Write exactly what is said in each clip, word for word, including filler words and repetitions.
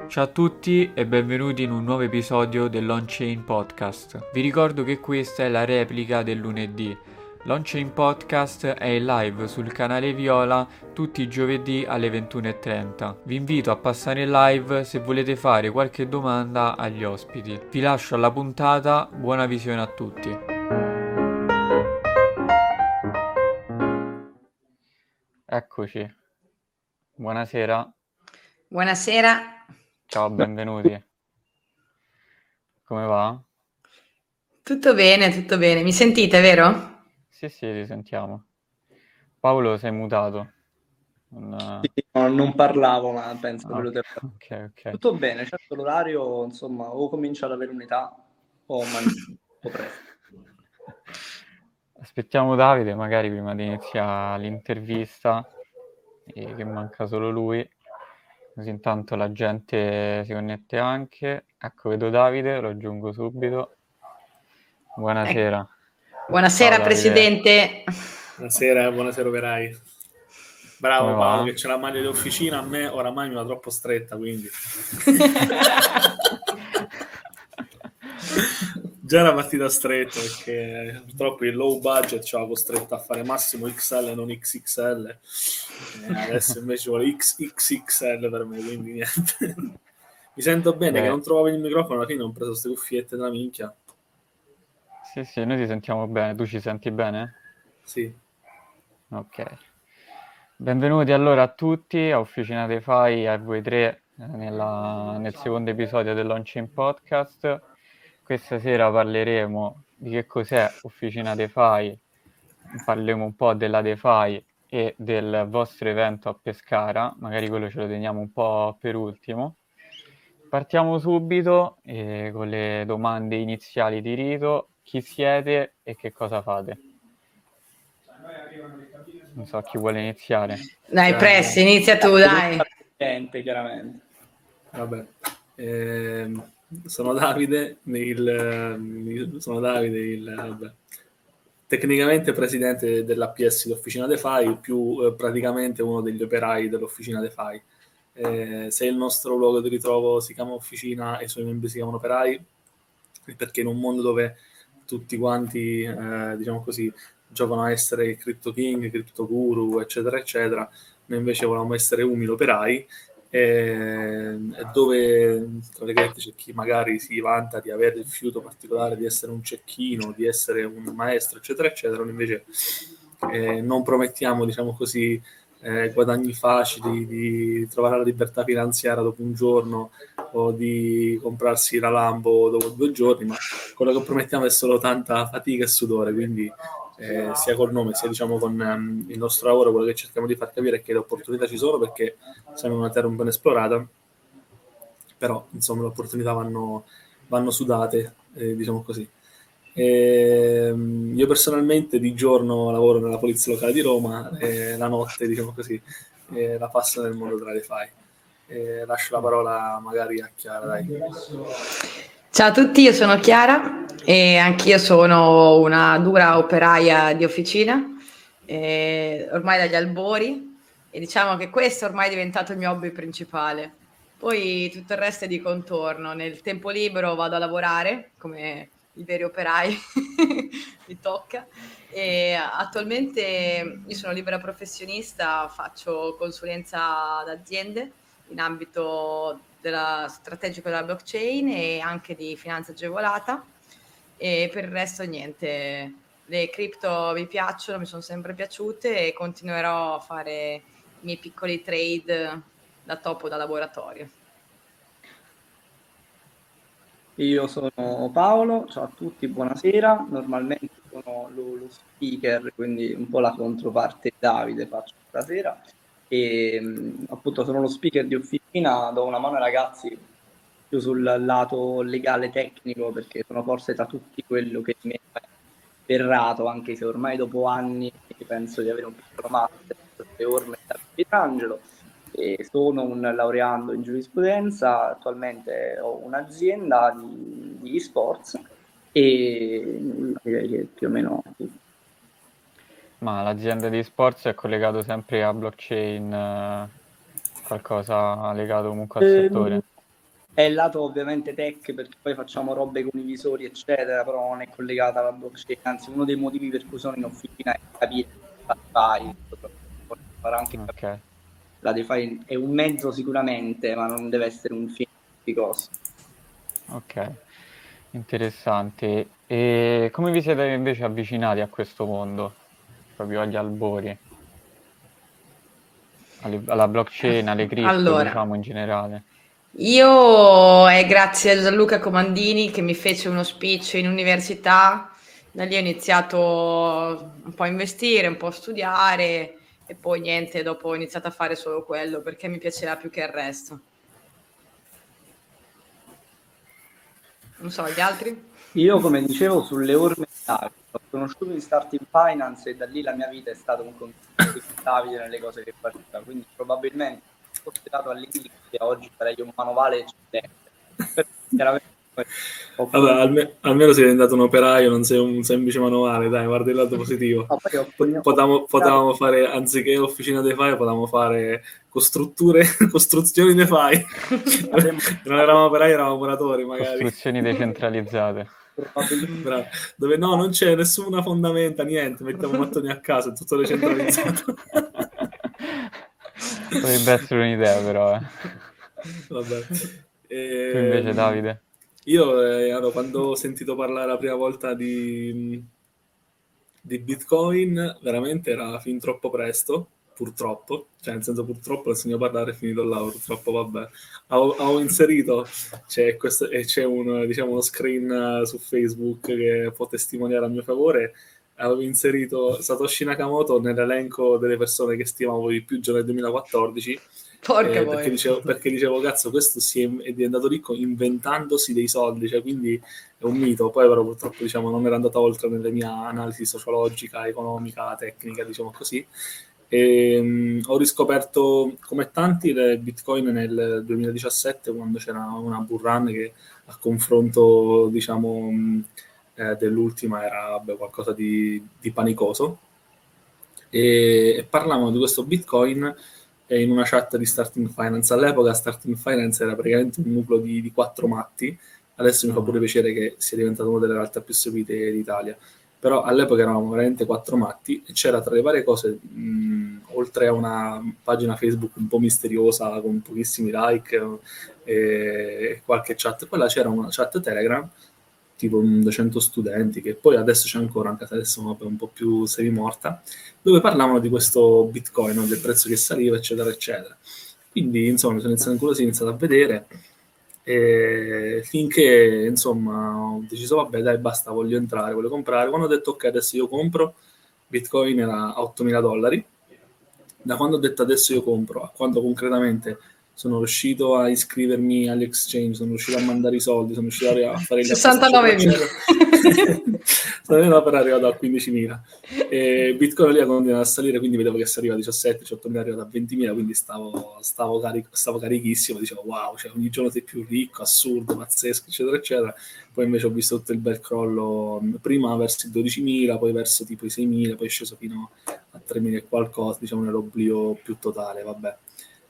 Ciao a tutti e benvenuti in un nuovo episodio dell'On-Chain Podcast. Vi ricordo che questa è la replica del lunedì. L'On-Chain Podcast è in live sul canale Viola tutti i giovedì alle ventuno e trenta. Vi invito a passare in live se volete fare qualche domanda agli ospiti. Vi lascio alla puntata, buona visione a tutti. Eccoci, buonasera. Buonasera. Ciao, benvenuti. Come va? Tutto bene, tutto bene. Mi sentite, vero? Sì, sì, ti sentiamo. Paolo, sei mutato. Non... Sì, no, non parlavo, ma penso che lo Ok, devo. ok, ok. Tutto bene, certo l'orario, insomma, o comincio ad avere un'età o mangio un po' presto. Aspettiamo Davide, magari prima di iniziare l'intervista, e che manca solo lui, così intanto la gente si connette anche. Ecco, vedo Davide, lo aggiungo subito. Buonasera. Ecco. Buonasera, Ciao, Davide. Presidente. Buonasera, buonasera operai. Bravo Come Paolo, va? che c'è la maglia di officina, a me oramai mi va troppo stretta, quindi già era partita stretta perché purtroppo il low budget ci aveva costretto a fare massimo X L e non X X L, e adesso invece vuole X X X L per me, quindi niente. Mi sento bene. Beh, che non trovavo il microfono, alla fine ho preso queste cuffiette della minchia. Sì, sì, noi ti sentiamo bene. Tu ci senti bene? Sì. Ok. Benvenuti allora a tutti a Officina DeFi e a voi tre nella, nel secondo episodio dell'On-Chain Podcast. Questa sera parleremo di che cos'è Officina DeFi, parleremo un po' della DeFi e del vostro evento a Pescara, magari quello ce lo teniamo un po' per ultimo. Partiamo subito eh, con le domande iniziali di rito. Chi siete e che cosa fate? Non so chi vuole iniziare. Dai, Press, inizia tu, dai. Chiaramente. Vabbè. Eh, sono Davide, il, sono Davide, il, vabbè. Tecnicamente presidente dell'A P S dell'Officina DeFi, più eh, praticamente uno degli operai dell'Officina DeFi. Eh, se il nostro luogo di ritrovo si chiama Officina e i suoi membri si chiamano operai, è perché in un mondo dove tutti quanti, eh, diciamo così, giocano a essere Crypto King, Crypto Guru, eccetera, eccetera, noi invece volevamo essere umili operai, e dove tra le virgolette c'è chi magari si vanta di avere il fiuto particolare di essere un cecchino, di essere un maestro, eccetera, eccetera, noi invece eh, non promettiamo, diciamo così, eh, guadagni facili, di trovare la libertà finanziaria dopo un giorno o di comprarsi la Lambo dopo due giorni, ma quello che promettiamo è solo tanta fatica e sudore, quindi eh, sia col nome sia diciamo con um, il nostro lavoro quello che cerchiamo di far capire è che le opportunità ci sono, perché siamo in una terra un po' inesplorata, però insomma le opportunità vanno, vanno sudate, eh, diciamo così. E, um, io personalmente di giorno lavoro nella polizia locale di Roma e la notte, diciamo così, eh, la passo nel mondo della DeFi. E lascio la parola magari a Chiara, dai. Ciao a tutti, io sono Chiara e anch'io sono una dura operaia di officina, eh, ormai dagli albori, e diciamo che questo ormai è diventato il mio hobby principale. Poi tutto il resto è di contorno. Nel tempo libero vado a lavorare come i veri operai, mi tocca. E attualmente io sono libera professionista, faccio consulenza ad aziende in ambito della strategico della blockchain e anche di finanza agevolata, e per il resto niente, le cripto mi piacciono, mi sono sempre piaciute e continuerò a fare i miei piccoli trade da topo da laboratorio. Io sono Paolo, ciao a tutti, buonasera. Normalmente sono lo, lo speaker, quindi un po' la controparte di Davide faccio stasera. E appunto sono lo speaker di Officina, do una mano ai ragazzi più sul lato legale tecnico, perché sono forse tra tutti quello che mi è errato, anche se ormai dopo anni penso di avere un piccolo master sulle orme da Pietrangelo. E sono un laureando in giurisprudenza, attualmente ho un'azienda di, di esports e direi che più o meno tutto. Ma l'azienda di sports è collegato sempre a blockchain, eh, qualcosa legato comunque al Eh, settore? è il lato ovviamente tech, perché poi facciamo robe con i visori eccetera, però non è collegata alla blockchain, anzi uno dei motivi per cui sono in officina è capire la DeFi, farà anche Ok. capire. La DeFi è un mezzo sicuramente, ma non deve essere un fine di cosa. Ok, interessante. E come vi siete invece avvicinati a questo mondo, proprio agli albori, alle- alla blockchain, alle cripto, Allora, diciamo in generale? io è grazie a Gianluca Comandini che mi fece uno speech in università, da lì ho iniziato un po' a investire, un po' a studiare e poi niente, dopo ho iniziato a fare solo quello perché mi piaceva più che il resto. Non so, gli altri? Io, come dicevo, sulle orme di Davide, ho conosciuto in Starting Finance e da lì la mia vita è stata un continuo di Davide nelle cose che faceva, quindi probabilmente se fossi dato all'inizio oggi farei un manovale eccellente. Però, chiaramente, poi ho Allora, alme- almeno sei diventato un operaio, non sei un semplice manuale, dai, guarda il lato positivo. no, poi ho Po- cogno- Potevamo, potevamo fare, anziché officina DeFi, potevamo fare costrutture, costruzioni DeFi. Non eravamo operai, eravamo operatori, magari. Costruzioni decentralizzate. probabilmente Bravo. Dove no, non c'è nessuna fondamenta, niente, mettiamo mattoni a casa, è tutto decentralizzato. Potrebbe essere un'idea, però. Eh. Vabbè. Tu invece, Ehm, Davide? Io eh, allora, quando ho sentito parlare la prima volta di, di Bitcoin, veramente era fin troppo presto, purtroppo, cioè nel senso purtroppo il segno parlare è finito là, purtroppo vabbè. Ho, ho inserito, c'è, questo, e c'è un, diciamo, uno screen su Facebook che può testimoniare a mio favore, avevo inserito Satoshi Nakamoto nell'elenco delle persone che stimavo di più già nel duemilaquattordici. Porca Eh, voi. perché, dicevo, perché dicevo, cazzo, questo si è, è diventato ricco inventandosi dei soldi, cioè quindi è un mito. Poi però purtroppo diciamo non era andata oltre nelle mie analisi sociologica, economica, tecnica, diciamo così. E, um, ho riscoperto come tanti le Bitcoin nel duemiladiciassette, quando c'era una bull run che a confronto diciamo eh, dell'ultima era vabbè, qualcosa di, di panicoso, e, e parlavano di questo Bitcoin in una chat di Starting Finance. All'epoca Starting Finance era praticamente un nucleo di, di quattro matti, adesso mi fa pure piacere che sia diventato una delle realtà più seguite d'Italia, però all'epoca eravamo veramente quattro matti e c'era tra le varie cose, mh, oltre a una pagina Facebook un po' misteriosa con pochissimi like e qualche chat, poi là c'era una chat Telegram tipo duecento studenti, che poi adesso c'è ancora, anche se adesso è un po' più semi-morta, dove parlavano di questo Bitcoin, no? Del prezzo che saliva, eccetera, eccetera. Quindi, insomma, mi sono iniziato in quello, ho iniziato a vedere, e finché, insomma, ho deciso, vabbè, dai, basta, voglio entrare, voglio comprare. Quando ho detto, ok, adesso io compro, Bitcoin era a ottomila dollari. Da quando ho detto adesso io compro, a quando concretamente sono riuscito a iscrivermi agli exchange, sono riuscito a mandare i soldi, sono riuscito a fare gli acquisti, sessantanovemila. sono arrivato per arrivato a quindicimila. E Bitcoin lì ha continuato a salire, quindi vedevo che saliva a diciassette, diciottomila, è arrivato a ventimila, quindi stavo, stavo, carico, stavo carichissimo, dicevo wow, cioè ogni giorno sei più ricco, assurdo, pazzesco, eccetera, eccetera. Poi invece ho visto tutto il bel crollo, prima verso i dodicimila, poi verso tipo i seimila, poi è sceso fino a tremila e qualcosa, diciamo nell'oblio più totale, vabbè.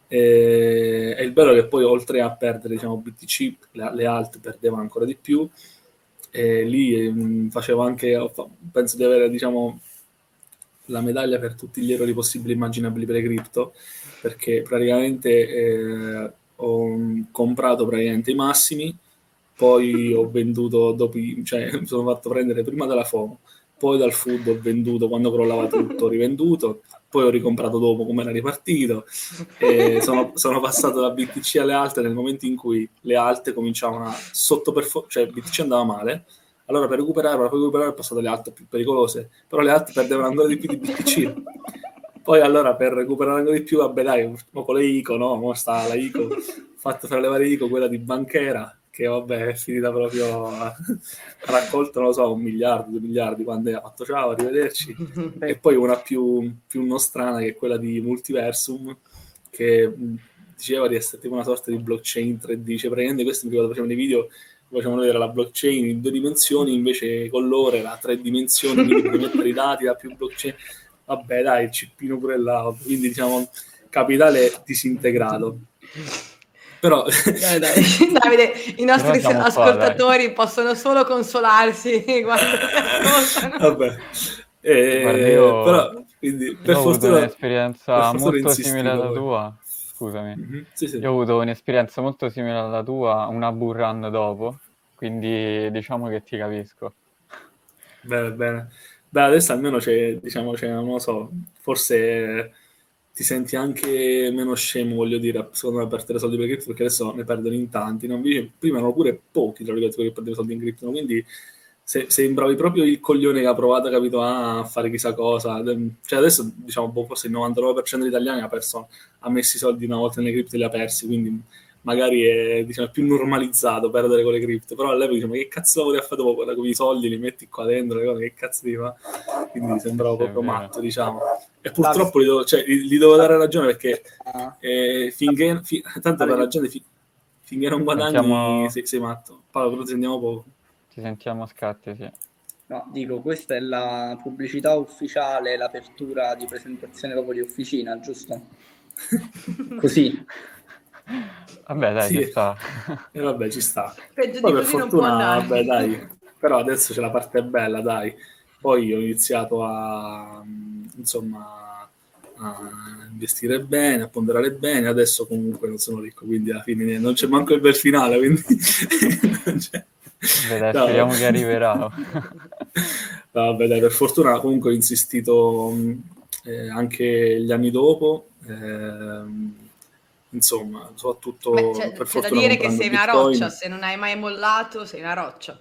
E, e il bello è che poi oltre a perdere diciamo B T C, le, le alt perdevano ancora di più, e lì mh, facevo anche, penso di avere diciamo la medaglia per tutti gli errori possibili e immaginabili per le cripto, perché praticamente eh, ho comprato praticamente i massimi, poi ho venduto dopo, cioè mi sono fatto prendere prima dalla FOMO, poi dal food ho venduto quando crollava tutto, ho rivenduto, poi ho ricomprato dopo come era ripartito, e sono, sono passato da B T C alle alte nel momento in cui le alte cominciavano a sottoperformare, cioè B T C andava male, allora per recuperare, per recuperare ho passato alle alte più pericolose, però le alte perdevano ancora di più di B T C. Poi allora per recuperare ancora di più, vabbè dai, con le I C O, no? Mo sta la I C O, fatta fra le varie I C O, quella di Banchera, che vabbè è finita proprio, ha raccolto, non lo so, un miliardo, due miliardi, quando ha fatto ciao, arrivederci. E poi una più, più nostrana, che è quella di Multiversum, che diceva di essere tipo una sorta di blockchain tre D, cioè praticamente questo mi ricordo facevano dei video, facevano vedere la blockchain in due dimensioni, invece con loro era tre dimensioni, quindi puoi mettere i dati da più blockchain. Vabbè dai, il cippino pure là, quindi diciamo capitale disintegrato. Però dai, dai. Davide, i nostri Però siamo qua, ascoltatori dai. possono solo consolarsi quando ti ascoltano. Vabbè. Eh, Guarda, io, però, quindi, io per ho avuto fortuna, per un'esperienza fortuna ho molto simile insistito alla poi. tua. Scusami. Mhm, sì, sì. Io ho avuto un'esperienza molto simile alla tua, una bull run dopo, quindi diciamo che ti capisco. Bene, bene. Beh, adesso almeno c'è, diciamo, c'è, non lo so, forse ti senti anche meno scemo, voglio dire, secondo me, a perdere soldi per cripto, perché adesso ne perdono in tanti, no? Invece prima erano pure pochi, tra virgolette, quelli che perdevano soldi in cripto, no? Quindi se, sembravi proprio il coglione che ha provato, capito, a fare chissà cosa. Cioè adesso, diciamo, boh, forse il novantanove per cento degli italiani ha perso, ha messo i soldi una volta nelle cripto e li ha persi, quindi magari è, diciamo, più normalizzato perdere con le cripto, però all'epoca dice, ma che cazzo lavori a fare dopo con i soldi, li metti qua dentro, le cose, che cazzo ti fa? Quindi sembravo Sì, è proprio vero. matto, diciamo. E purtroppo gli devo, cioè, gli, gli devo dare ragione perché eh, finché, fi, tanto per ragione, fi, finché non guadagni Sentiamo... sei, sei matto. Paolo, però ti sentiamo poco. Ci sentiamo a scatti, sì. No, dico, questa è la pubblicità ufficiale, l'apertura di presentazione proprio di officina, giusto? Così. Vabbè, dai, Sì, ci sta. e vabbè, ci sta. Peggio Poi di per così non può fortuna, andare. vabbè, dai, però adesso c'è la parte bella, dai. Poi ho iniziato a, insomma, a investire bene, a ponderare bene, adesso comunque non sono ricco, quindi alla fine non c'è manco il bel finale, quindi non c'è. Beh, dai, No. speriamo che arriverà. Vabbè, dai, per fortuna comunque ho insistito eh, anche gli anni dopo, ehm, insomma, soprattutto Beh, c'è, per c'è da fortuna dire che comprando sei una Bitcoin. roccia, se non hai mai mollato sei una roccia.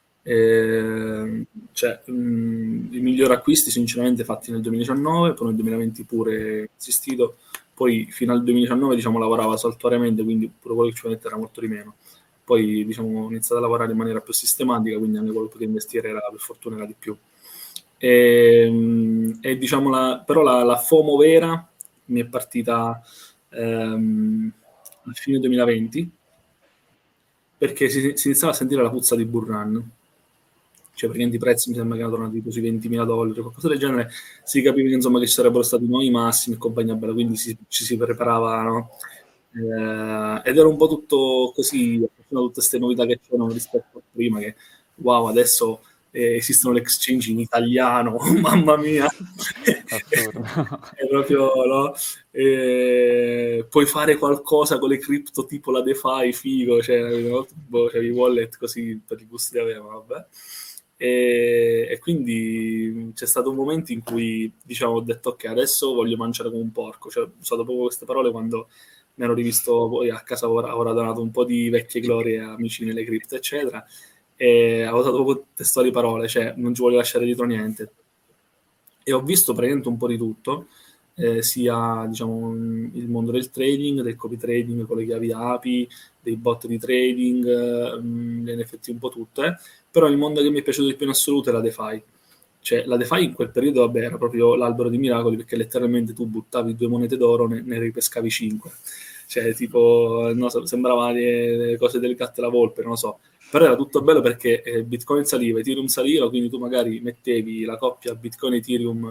Eh, cioè, mh, i migliori acquisti sinceramente fatti nel duemiladiciannove, poi nel duemilaventi pure insistito, poi fino al duemiladiciannove diciamo lavorava saltuariamente, quindi pure quello che ci mette era molto di meno. Poi diciamo ho iniziato a lavorare in maniera più sistematica, quindi anche quello che potevo investire era, per fortuna era di più. E, e diciamo la, però la, la FOMO vera mi è partita ehm, a fine duemilaventi, perché si, si iniziava a sentire la puzza di bull run. Cioè praticamente i prezzi mi sembra che erano tornati tipo sui ventimila dollari, qualcosa del genere, si capiva che, insomma, che ci sarebbero stati nuovi massimi e compagnia bella, quindi si, ci si preparava, no? Eh, ed era un po' tutto così, tutte queste novità che c'erano rispetto a prima, che wow, adesso eh, esistono le exchange in italiano, mamma mia, Assurdo. è proprio, no? E puoi fare qualcosa con le cripto tipo la DeFi, figo, cioè, boh, cioè i wallet così per i gusti che avevano, vabbè. E, e quindi c'è stato un momento in cui, diciamo, ho detto ok, adesso voglio mangiare come un porco, cioè ho usato proprio queste parole quando mi ero rivisto poi a casa, ora ho donato un po' di vecchie glorie a amici nelle cripto eccetera, e ho usato proprio testuali parole, cioè non ci voglio lasciare dietro niente, e ho visto praticamente un po' di tutto, eh, sia diciamo il mondo del trading, del copy trading con le chiavi A P I, dei bot di trading, ehm, le N F T, un po' tutte, però il mondo che mi è piaciuto di più in assoluto è la DeFi. Cioè la DeFi in quel periodo, vabbè, era proprio l'albero di miracoli, perché letteralmente tu buttavi due monete d'oro, ne, ne ripescavi cinque. Cioè tipo, non so, sembrava le, le cose del gatto e la volpe, non lo so. Però era tutto bello perché eh, Bitcoin saliva, Ethereum saliva, quindi tu magari mettevi la coppia Bitcoin-Ethereum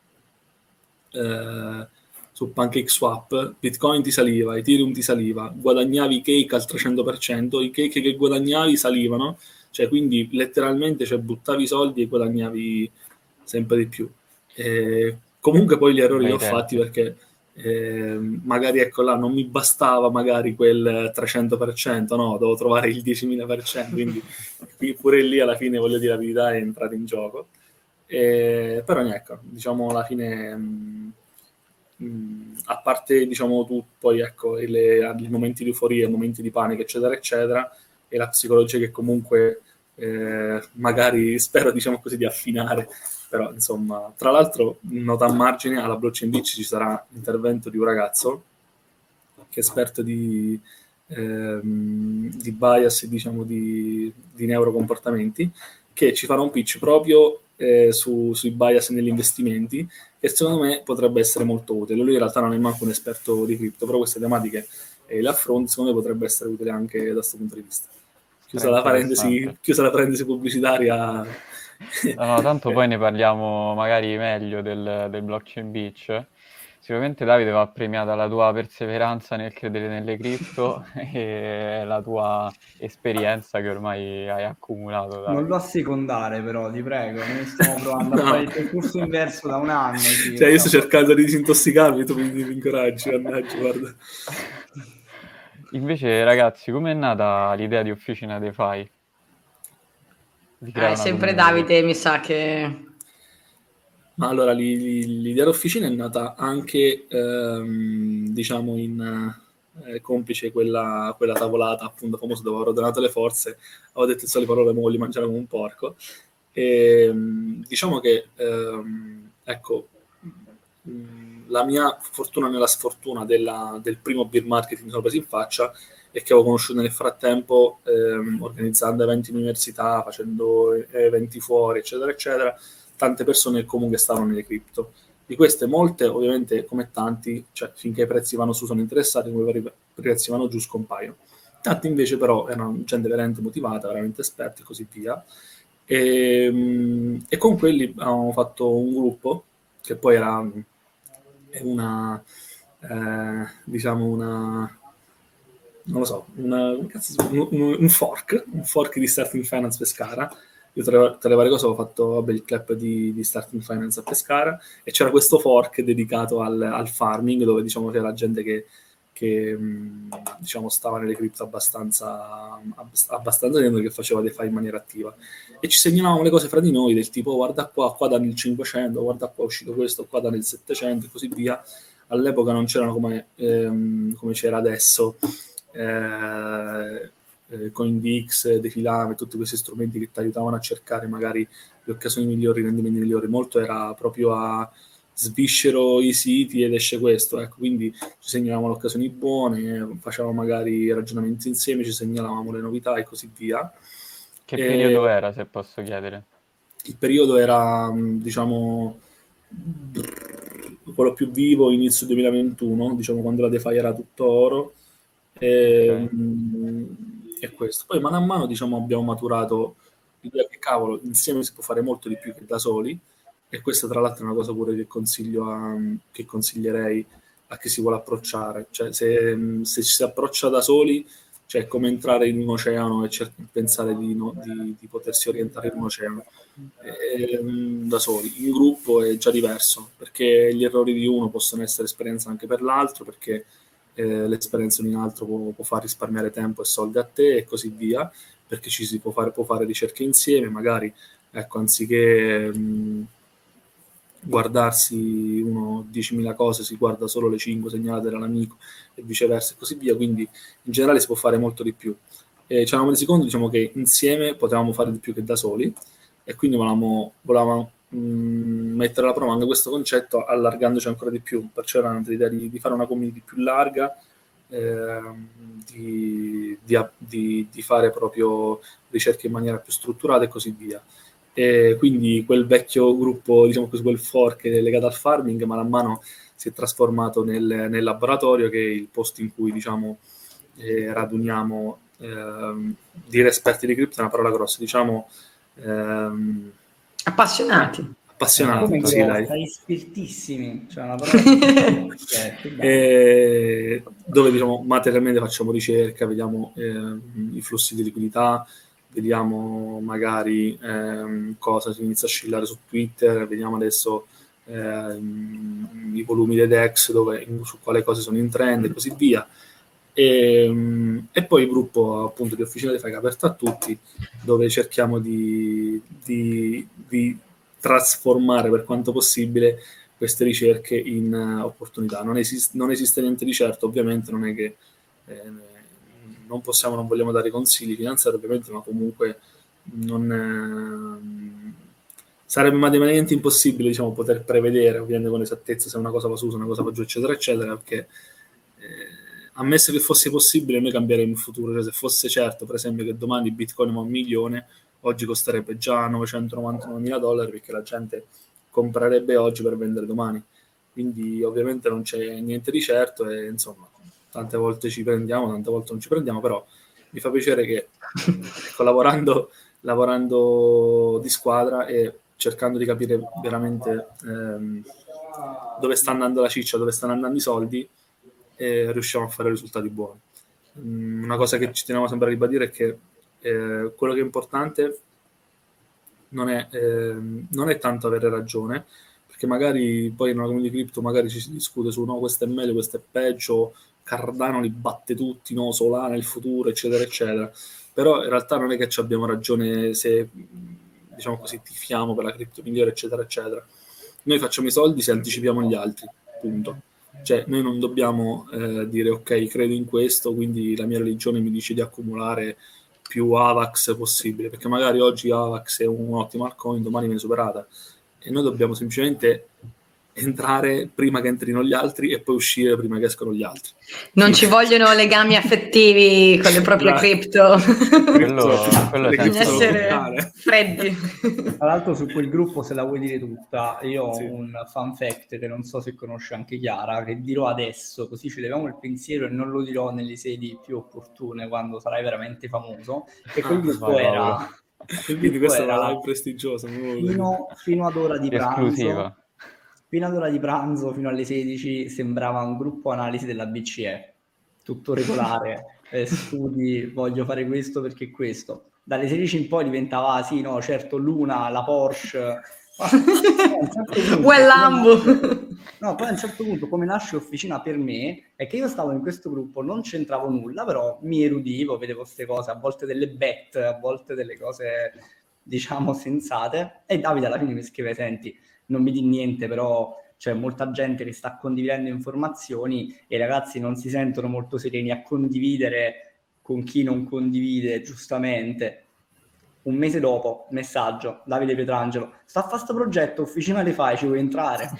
eh, su PancakeSwap, Bitcoin ti saliva, Ethereum ti saliva, guadagnavi i cake al trecento per cento, i cake che guadagnavi salivano, cioè quindi letteralmente, cioè, buttavi i soldi e guadagnavi sempre di più. E comunque poi gli errori li ho fatti perché eh, magari ecco là non mi bastava magari quel trecento per cento, no, dovevo trovare il diecimila per cento, quindi pure lì alla fine, voglio dire, la verità è entrata in gioco. Eh, però ecco, diciamo alla fine mh, mh, a parte diciamo tu poi ecco le, i momenti di euforia, i momenti di panico eccetera eccetera, e la psicologia che comunque eh, magari spero diciamo così di affinare, però insomma, tra l'altro nota a margine, alla Blockchain Beach ci sarà l'intervento di un ragazzo che è esperto di ehm, di bias, diciamo di, di neurocomportamenti, che ci farà un pitch proprio eh, su, sui bias negli investimenti, e secondo me potrebbe essere molto utile. Lui in realtà non è manco un esperto di cripto, però queste tematiche eh, le affronti, secondo me potrebbe essere utile anche da questo punto di vista. Chiusa la parentesi, chiusa la parentesi pubblicitaria. No, no, tanto poi ne parliamo magari meglio del, del Blockchain Beach. sicuramente Davide va premiata la tua perseveranza nel credere nelle cripto e la tua esperienza che ormai hai accumulato. Davide. Non lo assecondare però, ti prego, noi stiamo provando No. a fare il percorso inverso da un anno. Sì, Cioè io sto cercando di disintossicarmi, tu mi, mi incoraggi, mannaggia, guarda. Invece ragazzi, com'è nata l'idea di Officina DeFi? Di creare Eh, una sempre community? Davide, mi sa che... Ma allora li- li- l'idea d'Officina è nata anche, ehm, diciamo, in eh, complice quella, quella tavolata appunto famosa dove ho ordinato le forze, ho detto le sole parole, ma voglio mangiare come un porco. E, mh, diciamo che, ehm, ecco, mh, la mia fortuna nella sfortuna della- del primo beer market che mi sono preso in faccia è che avevo conosciuto nel frattempo, ehm, organizzando eventi in università, facendo eventi fuori, eccetera, eccetera, tante persone che comunque stavano nelle cripto. Di queste molte, ovviamente, come tanti, cioè finché i prezzi vanno su sono interessati, come i prezzi vanno giù scompaiono. Tanti invece però erano gente veramente motivata, veramente esperti e così via. E, e con quelli abbiamo fatto un gruppo che poi era una, eh, diciamo una, non lo so, una, un, un, un fork, un fork di Starting Finance Pescara. Io tra le, tra le varie cose ho fatto vabbè, il club di, di Starting Finance a Pescara e c'era questo fork dedicato al, al farming dove diciamo c'era gente che, che mh, diciamo stava nelle cripto abbastanza abbastanza tempo, che faceva DeFi in maniera attiva e ci segnalavamo le cose fra di noi del tipo guarda qua, qua danno il cinquecento, guarda qua è uscito questo, qua danno il settecento e così via. All'epoca non c'erano come, ehm, come c'era adesso eh, eh, CoinDix, Defilame, tutti questi strumenti che ti aiutavano a cercare magari le occasioni migliori, i rendimenti migliori. Molto era proprio a sviscero i siti ed esce questo, ecco, quindi ci segnalavamo le occasioni buone, facevamo magari ragionamenti insieme, ci segnalavamo le novità e così via. Che e periodo era, se posso chiedere? Il periodo era, diciamo, quello più vivo, inizio duemilaventuno, diciamo quando la DeFi era tutto oro. E, Ok. e questo. Poi mano a mano diciamo, abbiamo maturato l'idea che cavolo, insieme si può fare molto di più che da soli, e questa tra l'altro è una cosa pure che consiglio a, che consiglierei a chi si vuole approcciare. Cioè, se, se ci si approccia da soli, cioè è come entrare in un oceano e cer- pensare di, no, di, di potersi orientare in un oceano. E, da soli, in gruppo è già diverso, perché gli errori di uno possono essere esperienza anche per l'altro, perché eh, l'esperienza di un altro può, può far risparmiare tempo e soldi a te e così via, perché ci si può fare, può fare ricerche insieme, magari ecco, anziché mh, guardarsi uno diecimila cose, si guarda solo le cinque segnalate dall'amico e viceversa e così via, quindi in generale si può fare molto di più. E ci eravamo resi conto, diciamo, che insieme potevamo fare di più che da soli, e quindi volevamo, volevamo mh, mettere alla prova anche questo concetto allargandoci ancora di più, perciò era l'idea di, di fare una community più larga, eh, di, di, di, di fare proprio ricerche in maniera più strutturata e così via. E quindi quel vecchio gruppo, diciamo così, quel fork legato al farming, man mano si è trasformato nel, nel laboratorio, che è il posto in cui diciamo eh, raduniamo ehm, dire esperti di cripto è una parola grossa, diciamo ehm, Appassionati. appassionati, Come Esatto. così grossa, dai. ispirtissimi, cioè una parola E dove diciamo materialmente facciamo ricerca, vediamo eh, i flussi di liquidità, vediamo magari ehm, cosa si inizia a oscillare su Twitter, vediamo adesso ehm, i volumi dei D E X, dove, su quale cose sono in trend e così via. E, e poi il gruppo appunto di Officina DeFi che è aperto a tutti, dove cerchiamo di, di, di trasformare per quanto possibile queste ricerche in uh, opportunità. Non, esist- non esiste niente di certo, ovviamente non è che eh, non possiamo, non vogliamo dare consigli finanziari, ovviamente, ma comunque non eh, sarebbe matematicamente impossibile, diciamo, poter prevedere ovviamente con esattezza se una cosa va su, se una cosa va giù, eccetera, eccetera, perché eh, ammesso che fosse possibile, noi cambieremmo il futuro. Cioè, se fosse certo, per esempio, che domani Bitcoin va a un milione, oggi costerebbe già novecentonovantanove mila dollari, perché la gente comprerebbe oggi per vendere domani. Quindi ovviamente non c'è niente di certo e insomma tante volte ci prendiamo, tante volte non ci prendiamo, però mi fa piacere che ecco, lavorando, lavorando di squadra e cercando di capire veramente ehm, dove sta andando la ciccia, dove stanno andando i soldi, e riusciamo a fare risultati buoni. Mm, una cosa che ci teniamo sempre a ribadire è che eh, quello che è importante non è, eh, non è tanto avere ragione, perché magari poi in una community cripto magari ci si discute su no, questo è meglio, questo è peggio, Cardano li batte tutti, no, Solana il futuro, eccetera, eccetera. Però in realtà non è che ci abbiamo ragione se, diciamo così, tifiamo per la cripto migliore, eccetera, eccetera. Noi facciamo i soldi se anticipiamo gli altri, punto. Cioè, noi non dobbiamo eh, dire ok, credo in questo, quindi la mia religione mi dice di accumulare più AVAX possibile, perché magari oggi AVAX è un ottimo altcoin, domani viene superata, e noi dobbiamo semplicemente entrare prima che entrino gli altri e poi uscire prima che escano gli altri. Non ci vogliono legami affettivi con le proprie cripto. Quello, quello Bisogna essere freddi. Tra l'altro su quel gruppo, se la vuoi dire tutta, io ho Sì. un fun fact che non so se conosce anche Chiara, che dirò adesso, così ci leviamo il pensiero e non lo dirò nelle sedi più opportune quando sarai veramente famoso, che quel Ah, gruppo vai, era... Paolo. quel Quindi gruppo questa è era una live prestigiosa. fino, fino ad ora di pranzo, Esclusiva. fino ad ora di pranzo, fino alle sedici, sembrava un gruppo analisi della B C E, tutto regolare, eh, studi, voglio fare questo perché questo. Dalle sedici in poi diventava, ah, sì, no, certo, Luna, la Porsche... Well, Lambo. No, poi a un certo punto, come nasce Officina per me, è che io stavo in questo gruppo, non c'entravo nulla, però mi erudivo, vedevo queste cose, a volte delle bet, a volte delle cose, diciamo, sensate, e Davide alla fine mi scrive, senti, non mi di niente, però c'è molta gente che sta condividendo informazioni e i ragazzi non si sentono molto sereni a condividere con chi non condivide, giustamente. Un mese dopo, messaggio, Davide Pietrangelo, sta a fare questo progetto, Officina Le Fai, ci vuoi entrare?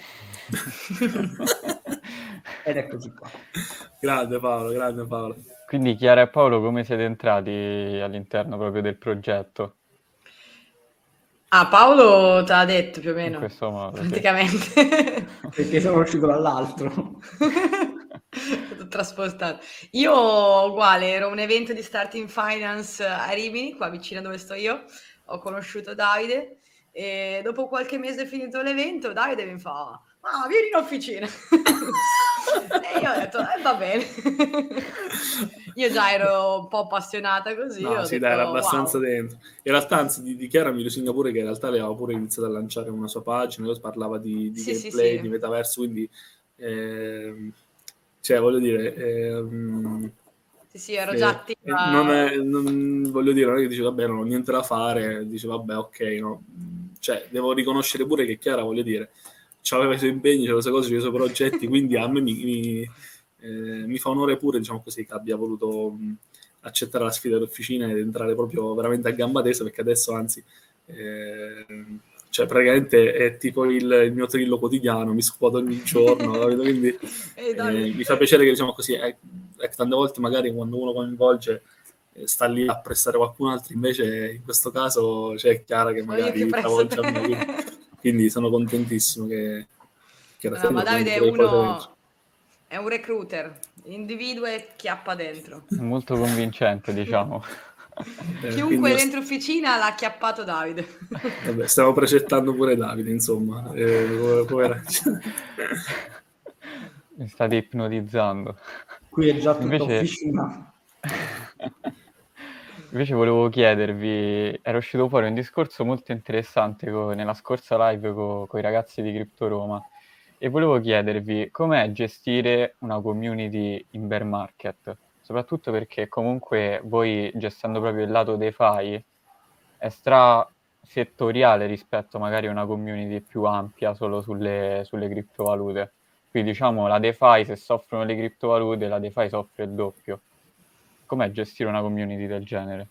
Ed è così qua. Grande Paolo, grande Paolo. Quindi Chiara e Paolo, come siete entrati all'interno proprio del progetto? Ah, Paolo te l'ha detto più o meno. In questo modo, sì. Praticamente. Perché sono uscito dall'altro. Stato trasportato. Io uguale, ero a un evento di Starting Finance a Rimini, qua vicino dove sto io, ho conosciuto Davide e dopo qualche mese finito l'evento Davide mi fa ah, vieni in officina. E io ho detto eh, va bene. Io già ero un po' appassionata così. No, ho sì, detto, dai, era abbastanza wow. dentro. In realtà, anzi, di, di Chiara mi lusinga pure che in realtà lei aveva pure iniziato a lanciare una sua pagina, dove parlava di, di Sì, sì, gameplay, sì. di metaverso, quindi ehm, cioè, voglio dire, ehm, Sì, sì, ero eh, già eh, attiva. non è, non, voglio dire, non è che dice vabbè, non ho niente da fare, dice vabbè, ok, no. Cioè, devo riconoscere pure che Chiara, voglio dire, aveva i suoi impegni, c'aveva le sue cose, c'aveva i suoi progetti, quindi a me mi, mi, eh, mi fa onore pure, diciamo così, che abbia voluto mh, accettare la sfida dell'officina ed entrare proprio veramente a gamba tesa, perché adesso, anzi, eh, cioè praticamente è tipo il, il mio trillo quotidiano, mi scuoto ogni giorno, capito? Quindi Ehi, eh, mi fa piacere che, diciamo così, eh, eh, tante volte magari quando uno coinvolge eh, sta lì a prestare qualcun altro, invece in questo caso c'è Chiara che Sono io che magari presto travolge a me, quindi, te. quindi sono contentissimo che, che No, ma Davide è pure poi dentro. uno, è un recruiter, individua e chiappa dentro. Molto convincente, diciamo. Eh, Chiunque quindi è io dentro officina l'ha acchiappato Davide. vabbè, stiamo precettando pure Davide, insomma. Eh, povera- povera- Mi state ipnotizzando. Qui è già tutta Invece... officina. Invece volevo chiedervi, era uscito fuori un discorso molto interessante co- nella scorsa live con i ragazzi di Crypto Roma e volevo chiedervi com'è gestire una community in bear market, soprattutto perché comunque voi gestendo proprio il lato DeFi è stra settoriale rispetto magari a una community più ampia solo sulle, sulle criptovalute. Quindi diciamo la DeFi, se soffrono le criptovalute, la DeFi soffre il doppio. Com'è gestire una community del genere?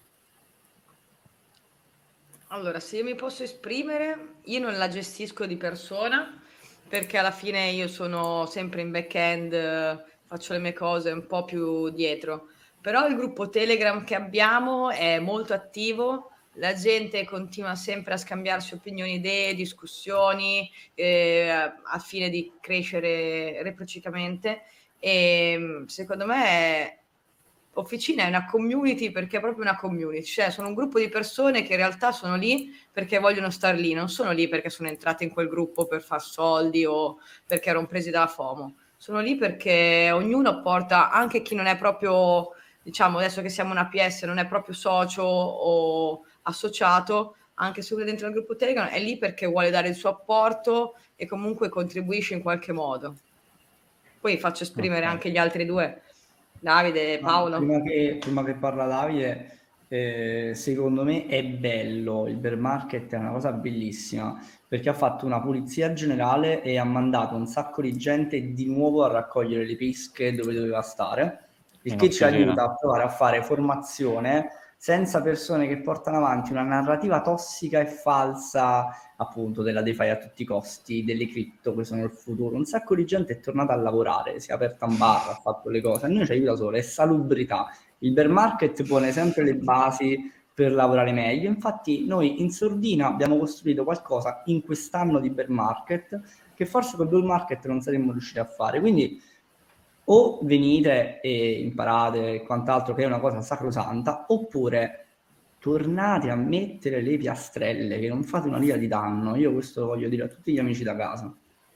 Allora, se io mi posso esprimere, io non la gestisco di persona, perché alla fine io sono sempre in back-end, eh, faccio le mie cose un po' più dietro. Però il gruppo Telegram che abbiamo è molto attivo, la gente continua sempre a scambiarsi opinioni, idee, discussioni, eh, a fine di crescere reciprocamente. E secondo me Officina è una community perché è proprio una community, cioè sono un gruppo di persone che in realtà sono lì perché vogliono star lì, non sono lì perché sono entrate in quel gruppo per far soldi o perché erano presi dalla FOMO, sono lì perché ognuno porta, anche chi non è proprio, diciamo adesso che siamo una P S, non è proprio socio o associato, anche se uno è dentro il gruppo Telegram è lì perché vuole dare il suo apporto e comunque contribuisce in qualche modo. Poi faccio esprimere Ok. anche gli altri due, Davide e Paolo. Prima che, prima che parla Davide, eh, secondo me è bello, il bear market è una cosa bellissima, perché ha fatto una pulizia generale e ha mandato un sacco di gente di nuovo a raccogliere le pesche dove doveva stare, il In che ci officina. aiuta a provare a fare formazione senza persone che portano avanti una narrativa tossica e falsa, appunto, della DeFi a tutti i costi, delle cripto che sono il futuro. Un sacco di gente è tornata a lavorare, si è aperta un bar, ha fatto le cose. A noi ci aiuta solo, è salubrità. Il bear market pone sempre le basi per lavorare meglio. Infatti noi in sordina abbiamo costruito qualcosa in quest'anno di bear market che forse col bull market non saremmo riusciti a fare. Quindi o venite e imparate e quant'altro, che è una cosa sacrosanta, oppure tornate a mettere le piastrelle, che non fate una lira di danno. Io questo lo voglio dire a tutti gli amici da casa.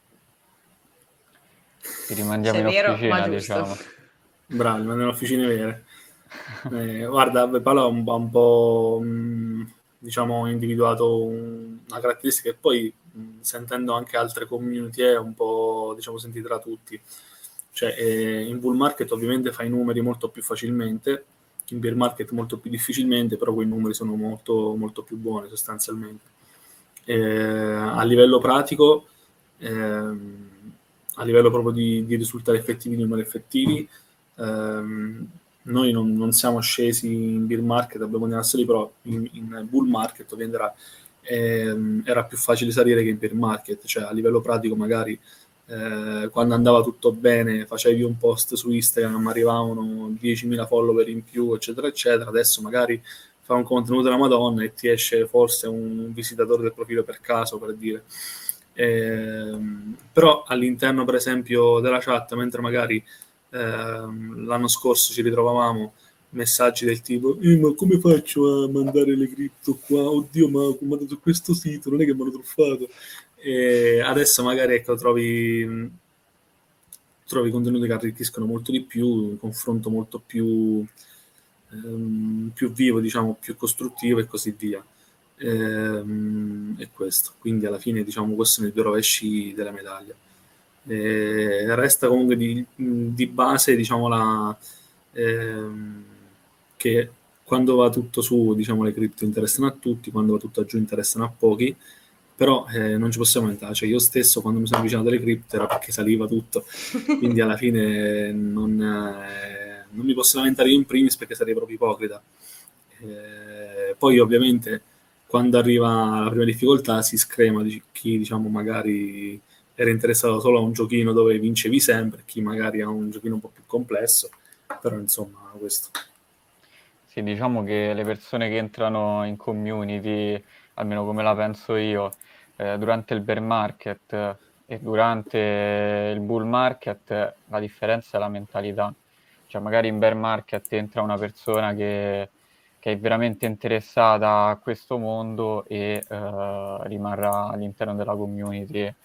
Ti rimandiamo Se è in vero, officina, ma giusto. diciamo. Bravi, ma nelle officine vere. Eh, guarda, Paolo ha un, ha un po' mh, diciamo individuato un, una caratteristica che poi mh, sentendo anche altre community è un po' diciamo sentita da tutti. Cioè, eh, in bull market ovviamente fai numeri molto più facilmente, in bear market molto più difficilmente, però quei numeri sono molto, molto più buoni sostanzialmente. Eh, a livello pratico, ehm, a livello proprio di, di risultati effettivi, numeri effettivi, ehm, noi non, non siamo scesi in bear market, abbiamo continuato a salire, però in, in bull market ovviamente era, ehm, era più facile salire che in bear market, cioè a livello pratico magari Eh, quando andava tutto bene facevi un post su Instagram, arrivavano diecimila follower in più eccetera eccetera, adesso magari fa un contenuto della Madonna e ti esce forse un visitatore del profilo per caso, per dire. Eh, però all'interno per esempio della chat, mentre magari ehm, l'anno scorso ci ritrovavamo messaggi del tipo eh, ma come faccio a mandare le cripto qua, oddio ma ho mandato questo sito, non è che mi hanno truffato. E adesso magari ecco, trovi, trovi contenuti che arricchiscono molto di più, un confronto molto più, ehm, più vivo, diciamo, più costruttivo e così via. Ehm, e questo, quindi alla fine diciamo questo sono i due rovesci della medaglia. E resta comunque di, di base diciamo la, ehm, che quando va tutto su diciamo le cripto interessano a tutti, quando va tutto a giù interessano a pochi, però eh, non ci possiamo lamentare, cioè io stesso quando mi sono avvicinato alle cripto era perché saliva tutto, quindi alla fine non, eh, non mi posso lamentare io in primis perché sarei proprio ipocrita. Eh, poi ovviamente quando arriva la prima difficoltà si screma di chi diciamo magari era interessato solo a un giochino dove vincevi sempre, chi magari ha un giochino un po' più complesso, però insomma questo. Sì, diciamo che le persone che entrano in community, almeno come la penso io, eh, durante il bear market e durante il bull market, la differenza è la mentalità. Cioè magari in bear market entra una persona che, che è veramente interessata a questo mondo e eh, rimarrà all'interno della community, eh,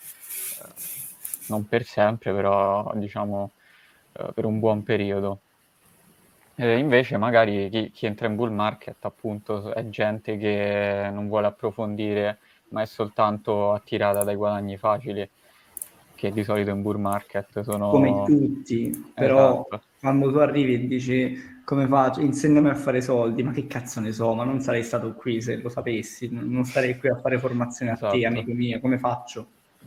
non per sempre, però diciamo eh, per un buon periodo. Eh, invece magari chi, chi entra in bull market appunto è gente che non vuole approfondire, ma è soltanto attirata dai guadagni facili, che di solito in bull market sono... Come tutti, però Esatto. quando tu arrivi e dici come faccio, insegnami a fare soldi, ma che cazzo ne so, ma non sarei stato qui se lo sapessi, non starei qui a fare formazione a te, Esatto. amico mio, come faccio?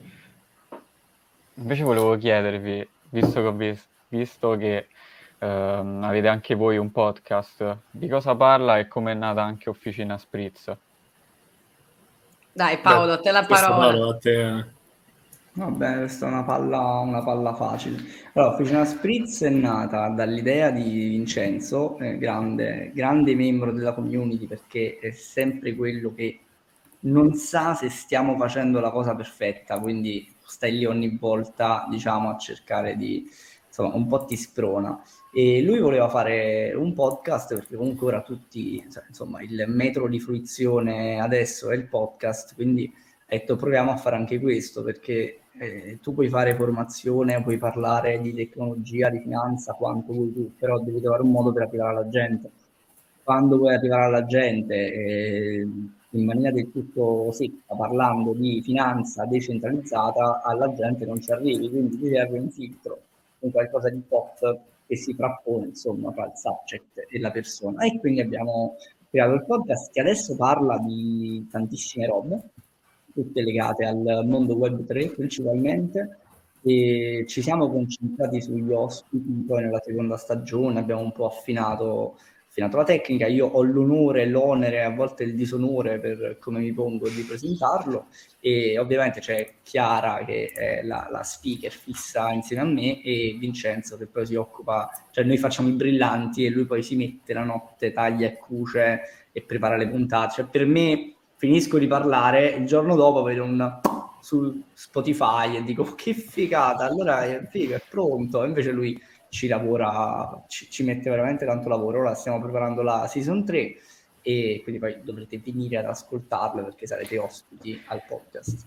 Invece volevo chiedervi, visto che ho vis- visto che ehm, avete anche voi un podcast, di cosa parla e come è nata anche Officina Spritz? Dai Paolo, a te la Questo parola. Paolo, a te. Vabbè, questa è una palla, una palla facile. Allora, Officina Spritz è nata dall'idea di Vincenzo, eh, grande, grande membro della community, perché è sempre quello che non sa se stiamo facendo la cosa perfetta, quindi stai lì ogni volta, diciamo, a cercare di, insomma, un po' ti sprona. e lui voleva fare un podcast perché comunque ora tutti, insomma, il metro di fruizione adesso è il podcast, quindi ha detto proviamo a fare anche questo, perché eh, tu puoi fare formazione, puoi parlare di tecnologia, di finanza, quanto vuoi tu, però devi trovare un modo per arrivare alla gente. Quando vuoi arrivare alla gente eh, in maniera del tutto secca, parlando di finanza decentralizzata, alla gente non ci arrivi, quindi ti serve un filtro, un qualcosa di pop che si frappone, insomma, tra il subject e la persona. E quindi abbiamo creato il podcast che adesso parla di tantissime robe, tutte legate al mondo web tre principalmente, e ci siamo concentrati sugli ospiti. Poi nella seconda stagione abbiamo un po' affinato, affinato la tecnica. Io ho l'onore, l'onere, a volte il disonore per come mi pongo di presentarlo, e ovviamente c'è Chiara che è la, la speaker fissa insieme a me, e Vincenzo che poi si occupa, cioè noi facciamo i brillanti e lui poi si mette la notte, taglia e cuce e prepara le puntate. Cioè per me finisco di parlare, il giorno dopo vedo un su Spotify e dico che figata, allora è figo, è pronto. Invece lui ci lavora, ci, ci mette veramente tanto lavoro. Ora stiamo preparando la season tre e quindi poi dovrete venire ad ascoltarlo perché sarete ospiti al podcast.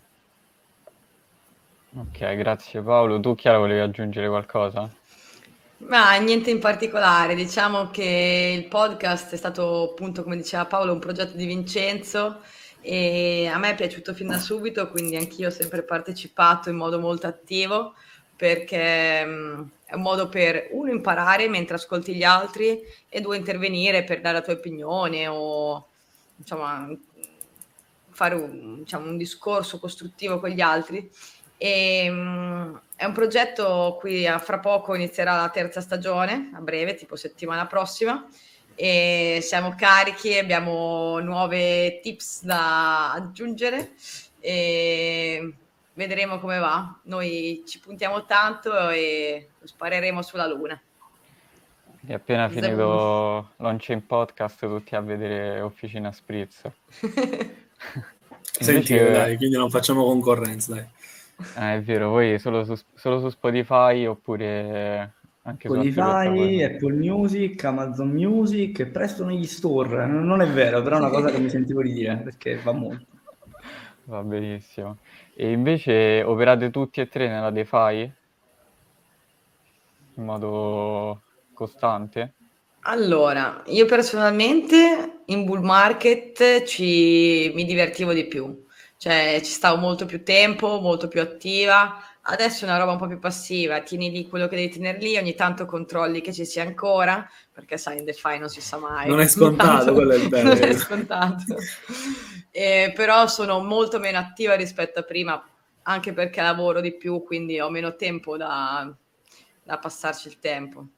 Ok, grazie Paolo. Tu Chiara volevi aggiungere qualcosa? Ma niente in particolare, diciamo che il podcast è stato appunto, come diceva Paolo, un progetto di Vincenzo e a me è piaciuto fin da subito, quindi anch'io ho sempre partecipato in modo molto attivo, perché mh, è un modo per uno imparare mentre ascolti gli altri e due intervenire per dare la tua opinione o insomma fare un, diciamo, un discorso costruttivo con gli altri. E, mh, è un progetto qui a fra poco inizierà la terza stagione, a breve, tipo settimana prossima, e siamo carichi, abbiamo nuove tips da aggiungere e vedremo come va. Noi ci puntiamo tanto e spareremo sulla luna. E appena finito Launching Podcast tutti a vedere Officina Spritz. Senti, invece... dai, quindi non facciamo concorrenza, dai. Ah, è vero, voi solo su, solo su Spotify oppure anche Spotify, su altre piattaforme? Apple Music, Amazon Music e presto negli store. Non è vero, però è una cosa che mi sentivo di dire perché va molto. Va benissimo. E invece operate tutti e tre nella DeFi? In modo costante? Allora, io personalmente in bull market ci, mi divertivo di più, cioè ci stavo molto più tempo, molto più attiva. Adesso è una roba un po' più passiva, tieni lì quello che devi tenere lì, ogni tanto controlli che ci sia ancora, perché sai in DeFi non si sa mai. Non è scontato, quello è il bello. Non è scontato. Eh, però sono molto meno attiva rispetto a prima, anche perché lavoro di più, quindi ho meno tempo da, da passarci il tempo.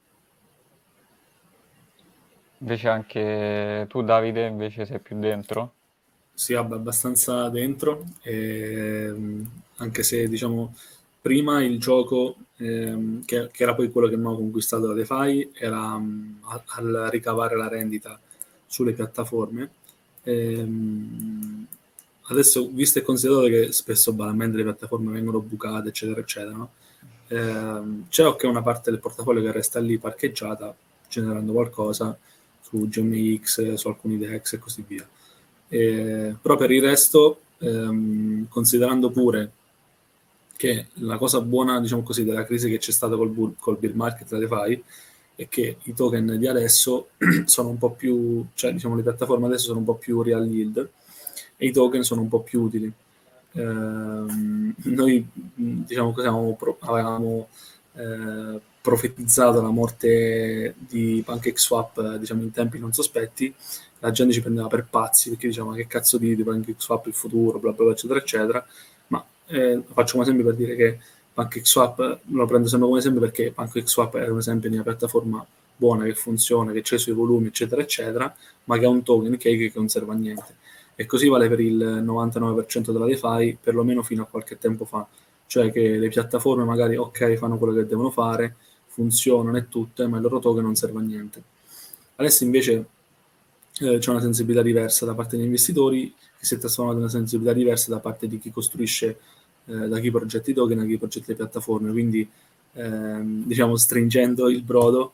Invece anche tu, Davide, invece sei più dentro? Sì, vabbè, abbastanza dentro, e, anche se diciamo prima il gioco, ehm, che, che era poi quello che mi ha conquistato la DeFi, era um, al ricavare la rendita sulle piattaforme. Ehm, adesso, visto e considerato che spesso banalmente le piattaforme vengono bucate, eccetera, eccetera, no? ehm, c'è anche una parte del portafoglio che resta lì parcheggiata, generando qualcosa su G M X, su alcuni DEX e così via. Eh, però per il resto, ehm, considerando pure che la cosa buona, diciamo così, della crisi che c'è stata col, bull, col bear market da DeFi è che i token di adesso sono un po' più, cioè diciamo le piattaforme adesso sono un po' più real yield e i token sono un po' più utili. Eh, noi diciamo così avevamo eh, profetizzato la morte di PancakeSwap, diciamo in tempi non sospetti. La gente ci prendeva per pazzi perché diceva ma che cazzo di PancakeSwap il futuro, bla bla bla eccetera eccetera, ma eh, faccio un esempio per dire che PancakeSwap lo prendo sempre come esempio perché PancakeSwap è un esempio di una piattaforma buona che funziona, che c'è i suoi volumi eccetera eccetera, ma che ha un token cake che conserva niente, e così vale per il novantanove per cento della DeFi, perlomeno fino a qualche tempo fa, cioè che le piattaforme magari ok fanno quello che devono fare, funzionano e tutte, ma il loro token non serve a niente. Adesso invece eh, c'è una sensibilità diversa da parte degli investitori, che si è trasformata in una sensibilità diversa da parte di chi costruisce, eh, da chi progetta i token, da chi progetta le piattaforme, quindi ehm, diciamo stringendo il brodo,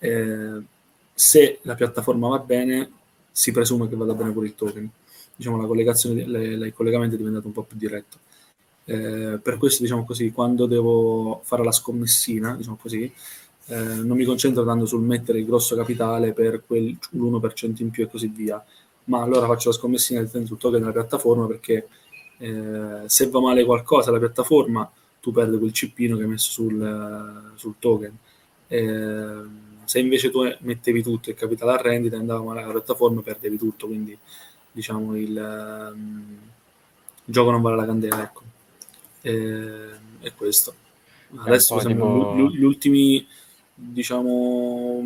Eh, se la piattaforma va bene, si presume che vada bene pure il token. Diciamo, la collegazione, le, le, il collegamento è diventato un po' più diretto. Eh, per questo, diciamo così, quando devo fare la scommessina, diciamo così, eh, non mi concentro tanto sul mettere il grosso capitale per quel, l'uno per cento in più e così via, ma allora faccio la scommessina sul token della piattaforma, perché eh, se va male qualcosa alla piattaforma, tu perdi quel cippino che hai messo sul, sul token. Eh, se invece tu mettevi tutto e il capitale a rendita, andava male la piattaforma, perdevi tutto, quindi diciamo il, um, il gioco non vale la candela, ecco. E, è questo. Adesso tipo... gli ultimi, diciamo,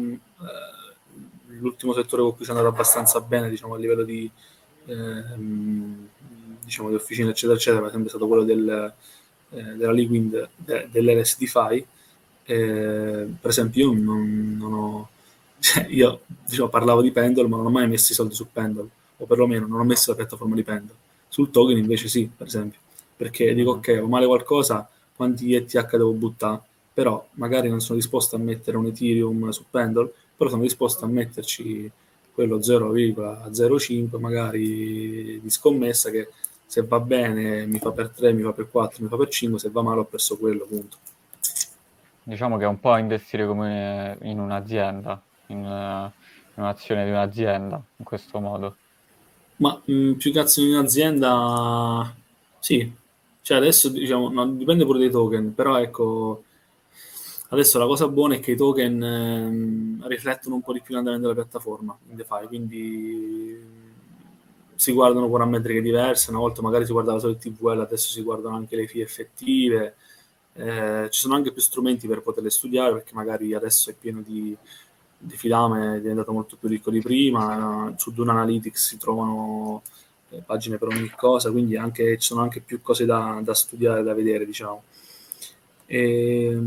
eh, l'ultimo settore con cui si è andato abbastanza bene, diciamo, a livello di eh, diciamo di officine eccetera eccetera, è sempre stato quello del, eh, della Liquid, de, dell'L S D F I. Eh, per esempio io non, non ho cioè io diciamo parlavo di Pendle, ma non ho mai messo i soldi su Pendle, o perlomeno non ho messo la piattaforma di Pendle. Sul token invece sì, per esempio, perché dico ok, ho male qualcosa, quanti E T H devo buttare, però magari non sono disposto a mettere un Ethereum su Pendle, però sono disposto a metterci quello zero virgola zero cinque magari di scommessa, che se va bene mi fa per tre, mi fa per quattro, mi fa per cinque, se va male ho perso quello, punto. Diciamo che è un po' investire come in un'azienda, in, in un'azione di un'azienda, in questo modo. Ma mh, più che azione di un'azienda, sì. Cioè adesso, diciamo, no, dipende pure dai token, però ecco, adesso la cosa buona è che i token ehm, riflettono un po' di più l'andamento della piattaforma in DeFi, quindi si guardano pure a metriche diverse. Una volta magari si guardava solo il T V L, adesso si guardano anche le fee effettive. Eh, ci sono anche più strumenti per poterle studiare, perché magari adesso è pieno di, di filame, è diventato molto più ricco di prima. Su Dune Analytics si trovano eh, pagine per ogni cosa, quindi anche, ci sono anche più cose da, da studiare, da vedere, diciamo. E,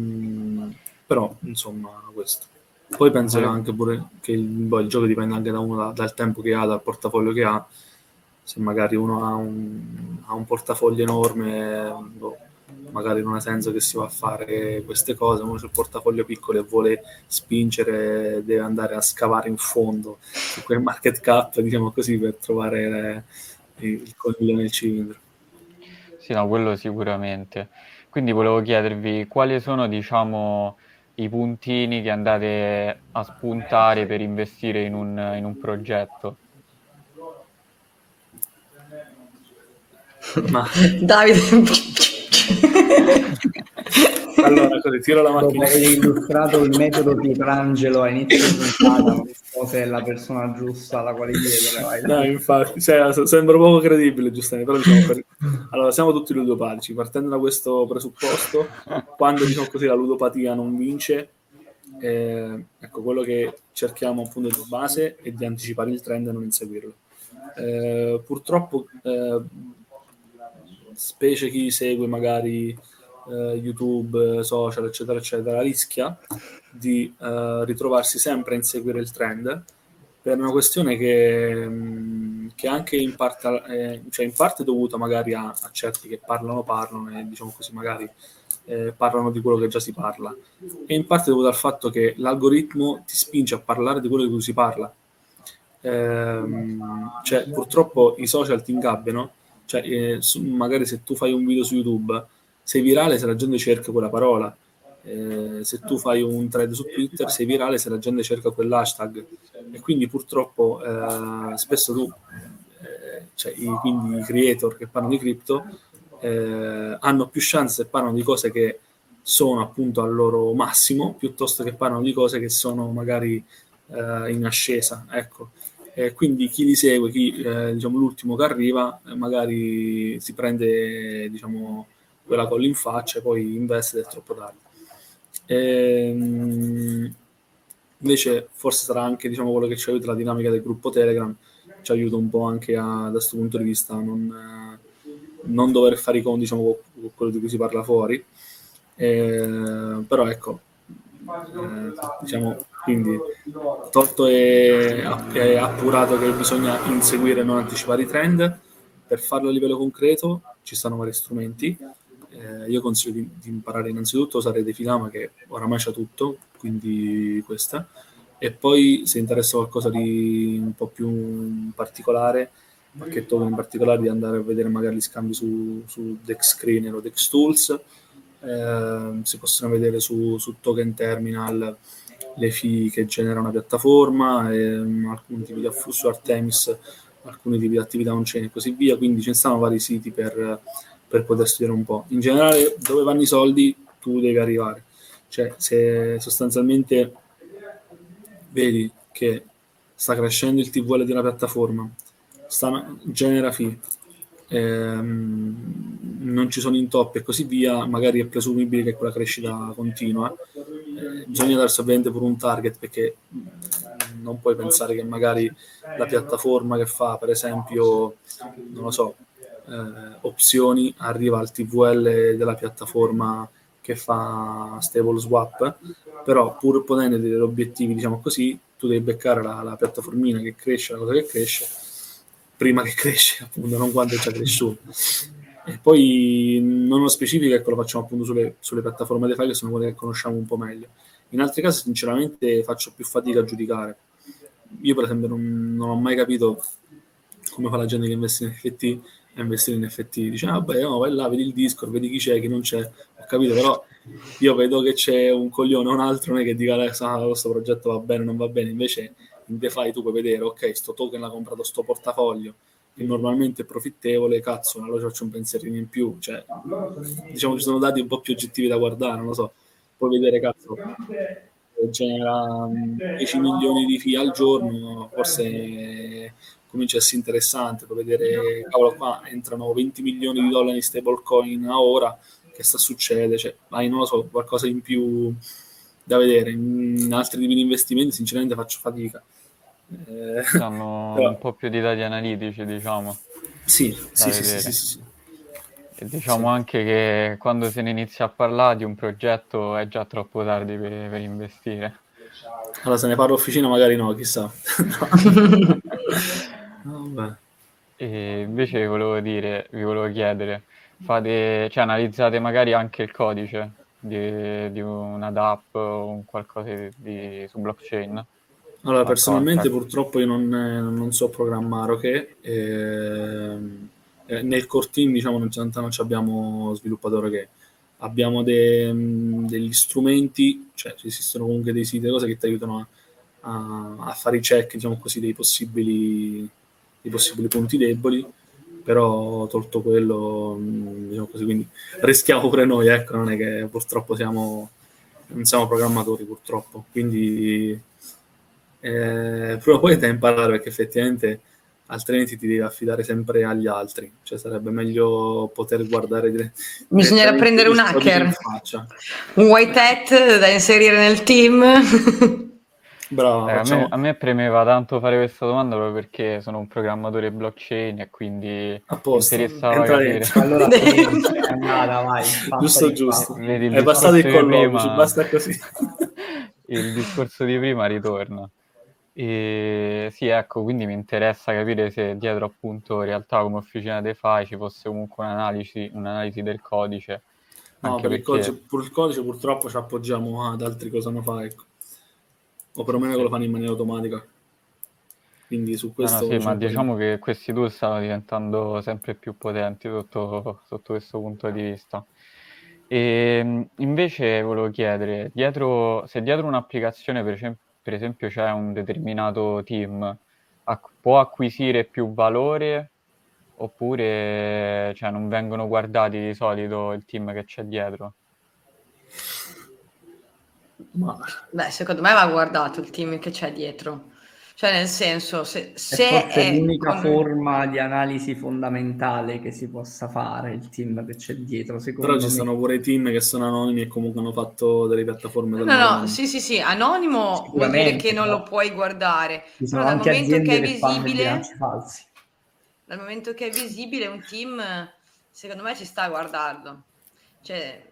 però insomma questo. Poi penso anche pure che il, boh, il gioco dipende anche da uno, da, dal tempo che ha, dal portafoglio che ha. Se magari uno ha un, ha un portafoglio enorme, boh, magari non ha senso che si va a fare queste cose. Uno c'ha il portafoglio piccolo e vuole spingere, deve andare a scavare in fondo su quel market cap, diciamo così, per trovare le, il coniglio nel cilindro. Sì, no, quello sicuramente. Quindi volevo chiedervi quali sono, diciamo, i puntini che andate a spuntare per investire in un, in un progetto. Ma Davide allora così tiro la macchina. Dopo aver illustrato il metodo Pietrangelo a inizio puntata, non so se è la persona giusta alla quale chiedere. No, infatti, cioè, sembra poco credibile, giustamente, però diciamo per... allora siamo tutti ludopatici, partendo da questo presupposto, quando diciamo così la ludopatia non vince, eh, ecco, quello che cerchiamo appunto di base è di anticipare il trend e non inseguirlo. Eh, purtroppo eh, specie chi segue magari eh, YouTube, social eccetera eccetera, rischia di eh, ritrovarsi sempre a inseguire il trend, per una questione che, mh, che anche in parte, eh, cioè in parte è dovuta magari a, a certi che parlano parlano e diciamo così magari eh, parlano di quello che già si parla, e in parte è dovuta al fatto che l'algoritmo ti spinge a parlare di quello di cui si parla. Ehm, cioè purtroppo i social ti ingabbiano, cioè eh, su, magari se tu fai un video su YouTube sei virale se la gente cerca quella parola, eh, se tu fai un thread su Twitter sei virale se la gente cerca quell'hashtag, e quindi purtroppo eh, spesso tu eh, cioè i, quindi i creator che parlano di cripto eh, hanno più chance se parlano di cose che sono appunto al loro massimo, piuttosto che parlano di cose che sono magari eh, in ascesa, ecco. Eh, quindi chi li segue, chi eh, diciamo l'ultimo che arriva, eh, magari si prende diciamo quella colla in faccia e poi investe ed è troppo tardi. Ehm, invece forse sarà anche diciamo quello che ci aiuta, la dinamica del gruppo Telegram ci aiuta un po' anche a, da questo punto di vista, non, eh, non dover fare i conti diciamo con, con quello di cui si parla fuori. Eh, però ecco, eh, diciamo, quindi tolto e, e appurato che bisogna inseguire e non anticipare i trend, per farlo a livello concreto ci stanno vari strumenti. Eh, io consiglio di, di imparare innanzitutto a usare Defilama, che oramai c'ha tutto, quindi questa. E poi se interessa qualcosa di un po' più particolare, un pacchetto in particolare, di andare a vedere magari gli scambi su, su DexScreener o DexTools, eh, si possono vedere su, su Token Terminal le fee che genera una piattaforma, e, um, alcuni tipi di afflusso Artemis, alcuni tipi di attività on-chain e così via, quindi ci stanno vari siti per, per poter studiare un po'. In generale, dove vanno i soldi, tu devi arrivare. Cioè, se sostanzialmente vedi che sta crescendo il T V L di una piattaforma, sta, genera fee, ehm, non ci sono intoppi e così via, magari è presumibile che quella crescita continua. Eh, bisogna darsi ovviamente pure un target, perché non puoi pensare che magari la piattaforma che fa, per esempio, non lo so, eh, opzioni, arriva al T V L della piattaforma che fa stable swap, però pur ponendo degli obiettivi, diciamo così, tu devi beccare la, la piattaformina che cresce, la cosa che cresce, prima che cresce, appunto, non quando è già cresciuto. E poi non lo specifica, e lo facciamo appunto sulle, sulle piattaforme DeFi, che sono quelle che conosciamo un po' meglio. In altri casi sinceramente faccio più fatica a giudicare. Io per esempio non, non ho mai capito come fa la gente che investe in N F T a investire in N F T. Dice, ah, vabbè, no, vai là, vedi il Discord, vedi chi c'è, chi non c'è. Ho capito, però io vedo che c'è un coglione o un altro, non è che dica, ah, questo progetto va bene, non va bene. Invece in DeFi tu puoi vedere, ok, sto token l'ha comprato sto portafoglio, che normalmente è profittevole, cazzo, allora ci faccio un pensierino in più. Cioè, diciamo, ci sono dati un po' più oggettivi da guardare, non lo so. Puoi vedere, cazzo, genera dieci milioni di fee al giorno, forse comincia a essere interessante. Puoi vedere, cavolo, qua entrano venti milioni di dollari in stablecoin a ora, che sta succede? Cioè, hai, non lo so, qualcosa in più da vedere. In altri tipi di investimenti sinceramente faccio fatica. Eh, hanno però un po' più di dati analitici, diciamo. Sì, sì, sì, sì, sì, sì. E diciamo sì, anche che quando se ne inizia a parlare di un progetto è già troppo tardi per, per investire. Allora, se ne parla officina magari no, chissà. No. Vabbè. E invece vi volevo dire, vi volevo chiedere, fate, cioè analizzate magari anche il codice di, di una DApp o un qualcosa di, di, su blockchain? Allora, personalmente purtroppo io non, non so programmare, ok? E, eh, nel core team, diciamo, non, non abbiamo sviluppatori che abbiamo de, degli strumenti, cioè esistono comunque dei siti e cose che ti aiutano a, a, a fare i check, diciamo così, dei possibili, dei possibili punti deboli, però tolto quello, diciamo così, quindi rischiamo pure noi, ecco, non è che purtroppo siamo, non siamo programmatori purtroppo, quindi eh, prima o poi da imparare, perché effettivamente altrimenti ti devi affidare sempre agli altri, cioè sarebbe meglio poter guardare dire, bisognerà prendere un hacker, un white hat da inserire nel team. Bravo, eh, a, me, a me premeva tanto fare questa domanda proprio perché sono un programmatore blockchain e quindi mi interessava capire. Allora è andata, vai, giusto giusto Vedi, è passato il colloquio, ci basta così. Il discorso di prima ritorna. E sì, ecco, quindi mi interessa capire se dietro appunto in realtà come Officina DeFi ci fosse comunque un'analisi, un'analisi del codice. No, per perché... il, codice, pur il codice purtroppo ci appoggiamo ad altri cosa non fa, ecco. O perlomeno sì, che lo fanno in maniera automatica. Quindi su questo... No, no, sì, ma diciamo che questi tool stanno diventando sempre più potenti sotto, sotto questo punto di vista. E invece volevo chiedere, dietro, se dietro un'applicazione per esempio, per esempio c'è un determinato team, acqu- può acquisire più valore oppure cioè, non vengono guardati di solito il team che c'è dietro? Ma... Beh, secondo me va guardato il team che c'è dietro. Cioè, nel senso, se, se è forse è l'unica con... forma di analisi fondamentale che si possa fare, il team che c'è dietro, secondo Però ci me. sono pure i team che sono anonimi e comunque hanno fatto delle piattaforme. No, no, no, sì, sì, sì, anonimo vuol dire che non lo puoi guardare. Ci sono però dal anche momento che è che fanno visibile, bilanci falsi. Dal momento che è visibile un team, secondo me ci sta guardando. Cioè...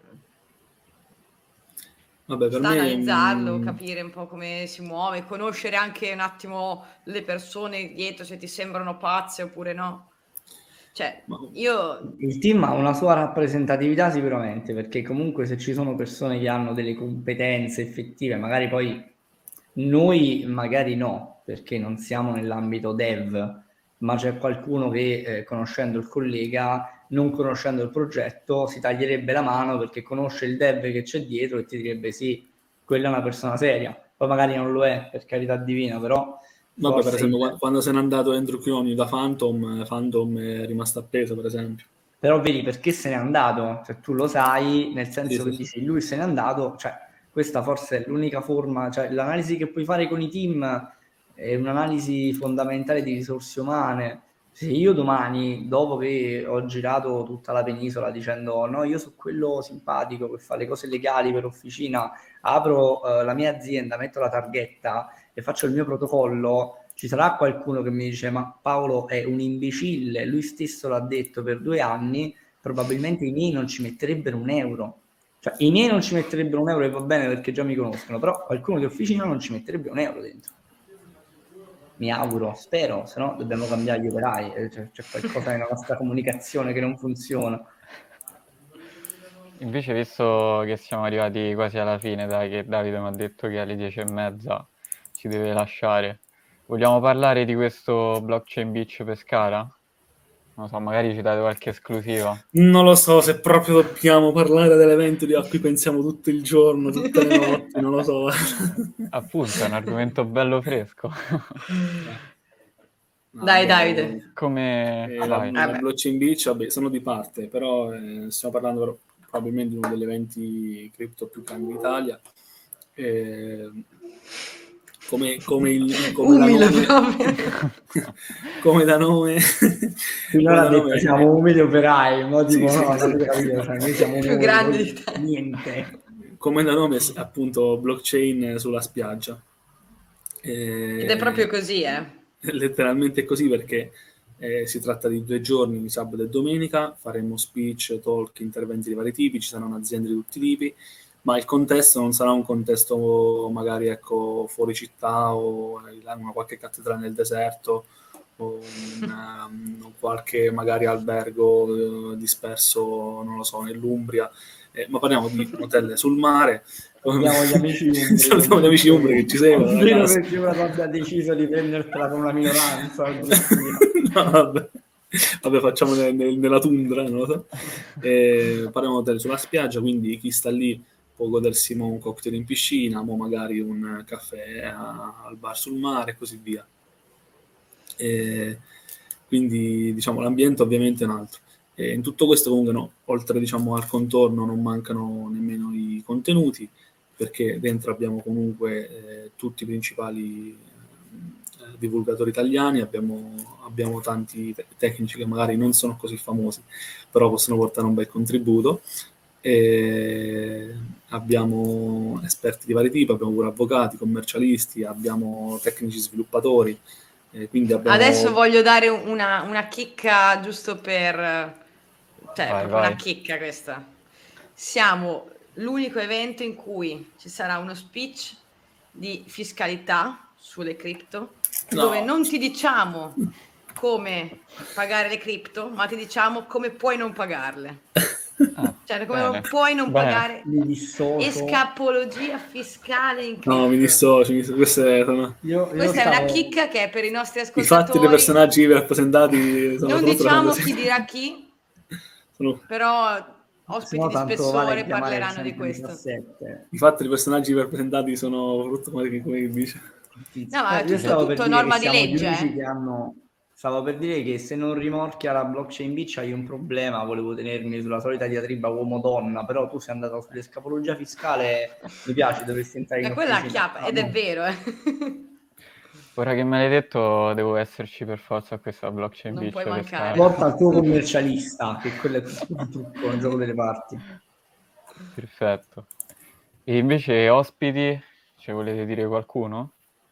Vabbè, per sta me, analizzarlo, mh... capire un po' come si muove, conoscere anche un attimo le persone dietro, se ti sembrano pazze oppure no. Cioè, io... Il team ha una sua rappresentatività sicuramente, perché comunque se ci sono persone che hanno delle competenze effettive, magari poi noi magari no, perché non siamo nell'ambito dev, ma c'è qualcuno che eh, conoscendo il collega, non conoscendo il progetto, si taglierebbe la mano perché conosce il dev che c'è dietro e ti direbbe sì, quella è una persona seria. Poi magari non lo è, per carità divina, però... Vabbè, per esempio, il... quando, quando se n'è andato Andrew Chioni da Phantom, Phantom è rimasto appeso, per esempio. Però vedi perché se n'è andato, se tu lo sai, nel senso sì, che sì, dici lui se n'è andato, cioè questa forse è l'unica forma, cioè l'analisi che puoi fare con i team è un'analisi fondamentale di risorse umane. Se io domani, dopo che ho girato tutta la penisola dicendo no, io sono quello simpatico che fa le cose legali per officina, apro uh, la mia azienda, metto la targhetta e faccio il mio protocollo, ci sarà qualcuno che mi dice ma Paolo è un imbecille, lui stesso l'ha detto per due anni, probabilmente i miei non ci metterebbero un euro. Cioè i miei non ci metterebbero un euro e va bene perché già mi conoscono, però qualcuno di officina non ci metterebbe un euro dentro. Mi auguro, spero, se no dobbiamo cambiare gli operai, c'è, c'è qualcosa nella nostra comunicazione che non funziona. Invece, visto che siamo arrivati quasi alla fine, dai, che Davide mi ha detto che alle dieci e mezza ci deve lasciare, vogliamo parlare di questo Blockchain Beach Pescara? Non so, magari ci date qualche esclusiva. Non lo so, se proprio dobbiamo parlare dell'evento a cui pensiamo tutto il giorno, tutte le notti, non lo so. Appunto, è un argomento bello fresco. No, dai, Davide. Come... Eh, la, la Blockchain Beach, vabbè, sono di parte, però eh, stiamo parlando però, probabilmente di uno degli eventi cripto più grandi d'Italia. Eh, come, come, il, come umile da nome, come da nome finora ha detto siamo umili operai, mo tipo sì, no, sì. Non capito, cioè, noi siamo più grandi di niente. Come da nome appunto blockchain sulla spiaggia, eh, ed è proprio così, eh letteralmente così, perché eh, si tratta di due giorni, di sabato e domenica, faremo speech, talk, interventi di vari tipi, ci saranno aziende di tutti i tipi, ma il contesto non sarà un contesto magari ecco fuori città o una qualche cattedrale nel deserto o un, um, qualche magari albergo eh, disperso, non lo so, nell'Umbria, eh, ma parliamo di un hotel sul mare. Salutiamo gli amici umbri. Salutiamo gli amici umbri che ci seguono. Vero perché ora abbia deciso di prendertela con una minoranza. No, vabbè. Vabbè, facciamo ne, ne, nella tundra, non lo so. Eh, parliamo di hotel sulla spiaggia, quindi chi sta lì può godersi mo un cocktail in piscina, mo magari un caffè a, al bar sul mare e così via. E quindi diciamo l'ambiente ovviamente è un altro. E in tutto questo comunque no, oltre diciamo al contorno non mancano nemmeno i contenuti, perché dentro abbiamo comunque eh, tutti i principali eh, divulgatori italiani, abbiamo, abbiamo tanti te- tecnici che magari non sono così famosi, però possono portare un bel contributo. E abbiamo esperti di vari tipi, abbiamo pure avvocati, commercialisti, abbiamo tecnici sviluppatori. Eh, quindi abbiamo... Adesso voglio dare una, una chicca giusto per... cioè, vai, proprio vai. Una chicca questa. Siamo l'unico evento in cui ci sarà uno speech di fiscalità sulle cripto, no. dove non ti diciamo come pagare le cripto, ma ti diciamo come puoi non pagarle. Ah, cioè, come non puoi non bene. pagare escapologia fiscale in cripto. No, mi dissocio, mi dissocio. Questa, è, no. io, io Questa stavo... è una chicca che è per i nostri ascoltatori. I fatti dei personaggi rappresentati sono non diciamo chi dirà chi, sono... però ospiti no, di spessore vale parleranno di questo. I fatti dei personaggi rappresentati sono frutto, come, come dice. No, ma è tutto, tutto norma di legge. Eh? Che hanno... Stavo per dire che se non rimorchia la Blockchain Beach hai un problema, volevo tenermi sulla solita diatriba uomo-donna, però tu sei andato sull'escapologia fiscale, mi piace, dovresti entrare in è quella chiappa, ed è vero, eh. Ora che me l'hai detto, devo esserci per forza a questa Blockchain non Beach. Puoi mancare. Porta al tuo commercialista, che quello è tutto un trucco, un gioco delle parti. Perfetto. E invece ospiti, ci volete dire qualcuno?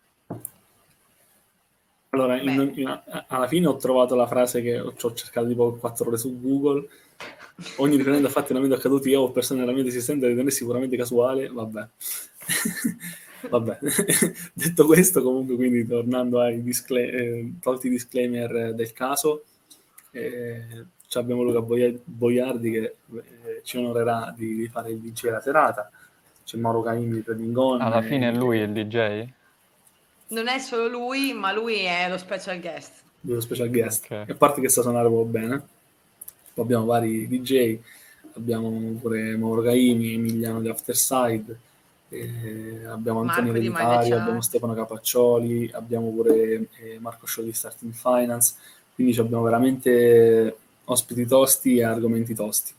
Allora, in, in, alla fine ho trovato la frase che ho, ho cercato tipo quattro ore su Google. Ogni riferimento a fatti veramente accaduti io o persone nella mia esistente non è sicuramente casuale. Vabbè. Vabbè. Detto questo, comunque, quindi tornando ai discla- eh, tolti disclaimer del caso, Eh, abbiamo Luca Boiardi che eh, ci onorerà di, di fare il D J la serata. C'è Mauro Caimi di Trading On. Alla fine è lui il D J? Non è solo lui, ma lui è lo special guest. Lo special guest. Okay. E a parte che sa suonare proprio bene. Poi abbiamo vari D J, abbiamo pure Mauro Caimi, Emiliano di Afterside, eh, abbiamo Antonio Marco di Relitario, Maglia abbiamo Chat. Stefano Capaccioli, abbiamo pure eh, Marco Scioli di Starting Finance, quindi abbiamo veramente ospiti tosti e argomenti tosti.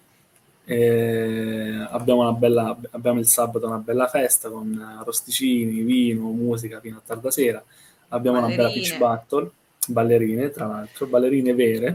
Eh, abbiamo, una bella, abbiamo il sabato una bella festa con rosticini, vino, musica fino a tarda sera. Abbiamo Ballerine. una bella pitch battle, ballerine tra l'altro, ballerine vere.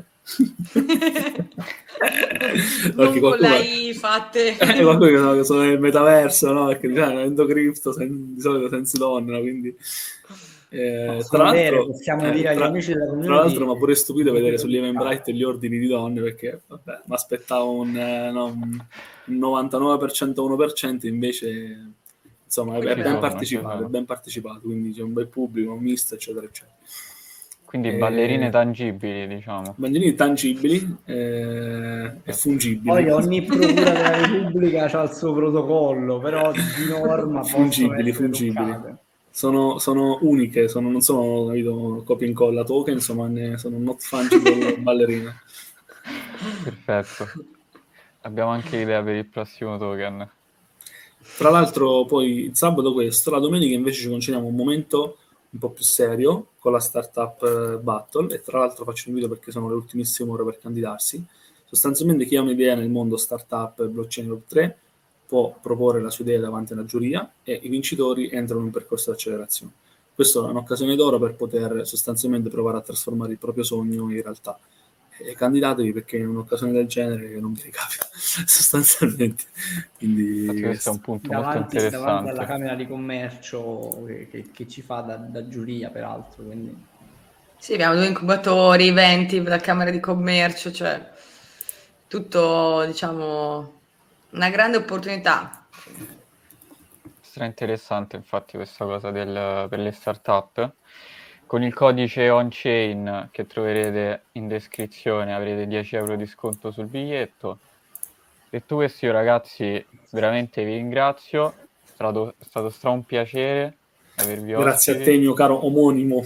Non con lei fatte. Eh, qualcuno che sono nel metaverso, no? Perché già nel cripto sen- di solito senza donna, quindi eh, tra l'altro, vere, possiamo eh, dire agli tra, amici della community. Tra l'altro, ma pure stupito vedere su Eventbrite gli ordini di donne, perché vabbè, mi aspettavo un, eh, no, un novantanove per cento, uno per cento, invece insomma è, è ben sono, partecipato, è ben partecipato, quindi c'è un bel pubblico, un misto, eccetera, eccetera. Quindi Eh, ballerine tangibili, diciamo. Ballerini tangibili eh, e fungibili. Poi ogni procura della Repubblica ha il suo protocollo, però di norma fungibili, possono fungibili. toccate. Sono, sono uniche, sono, non sono capito, copia e incolla token, insomma, ne, sono not fungible ballerine. Perfetto. Abbiamo anche l'idea per il prossimo token. Tra l'altro poi il sabato questo, la domenica invece ci concediamo un momento un po' più serio con la startup battle, e tra l'altro faccio un video perché sono le ultimissime ore per candidarsi. Sostanzialmente chi ha un'idea nel mondo startup blockchain web tre può proporre la sua idea davanti alla giuria e i vincitori entrano in un percorso di accelerazione. Questa è un'occasione d'oro per poter sostanzialmente provare a trasformare il proprio sogno in realtà. E candidatevi perché è un'occasione del genere non vi ricapita sostanzialmente. Quindi Infatti questo è un punto davanti, molto interessante. davanti alla Camera di Commercio che, che, che ci fa da, da giuria, peraltro. Quindi. Sì, abbiamo due incubatori, eventi da Camera di Commercio, cioè tutto, diciamo, una grande opportunità. Stra interessante infatti questa cosa del, per le startup. Con il codice on-chain che troverete in descrizione avrete dieci euro di sconto sul biglietto. Detto questo, io ragazzi veramente vi ringrazio, è stato, è stato stra un piacere avervi grazie ospiti. a te mio caro omonimo.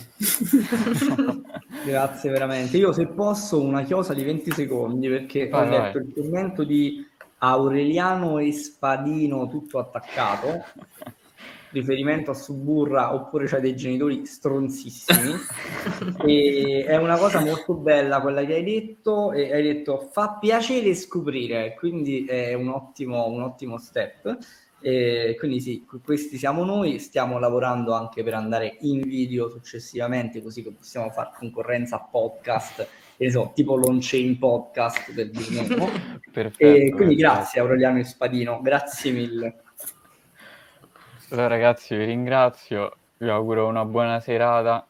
Grazie veramente. Io se posso una chiosa di venti secondi, perché vai, ho letto vai. Il commento di Aureliano e Spadino tutto attaccato, riferimento a Suburra, oppure c'hai dei genitori stronzissimi. E è una cosa molto bella quella che hai detto, e hai detto fa piacere scoprire, quindi è un ottimo, un ottimo step. E quindi sì, questi siamo noi, stiamo lavorando anche per andare in video successivamente, così che possiamo fare concorrenza a podcast, che so, tipo l'on-chain podcast del Birmeno. Perfetto, e quindi perfetto. grazie Aureliano e Spadino, grazie mille. Allora ragazzi vi ringrazio, vi auguro una buona serata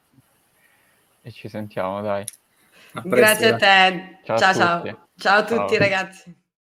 e ci sentiamo, dai. A presto, Grazie a te. Ciao Ciao a ciao. tutti. Ciao a tutti Ciao. ragazzi.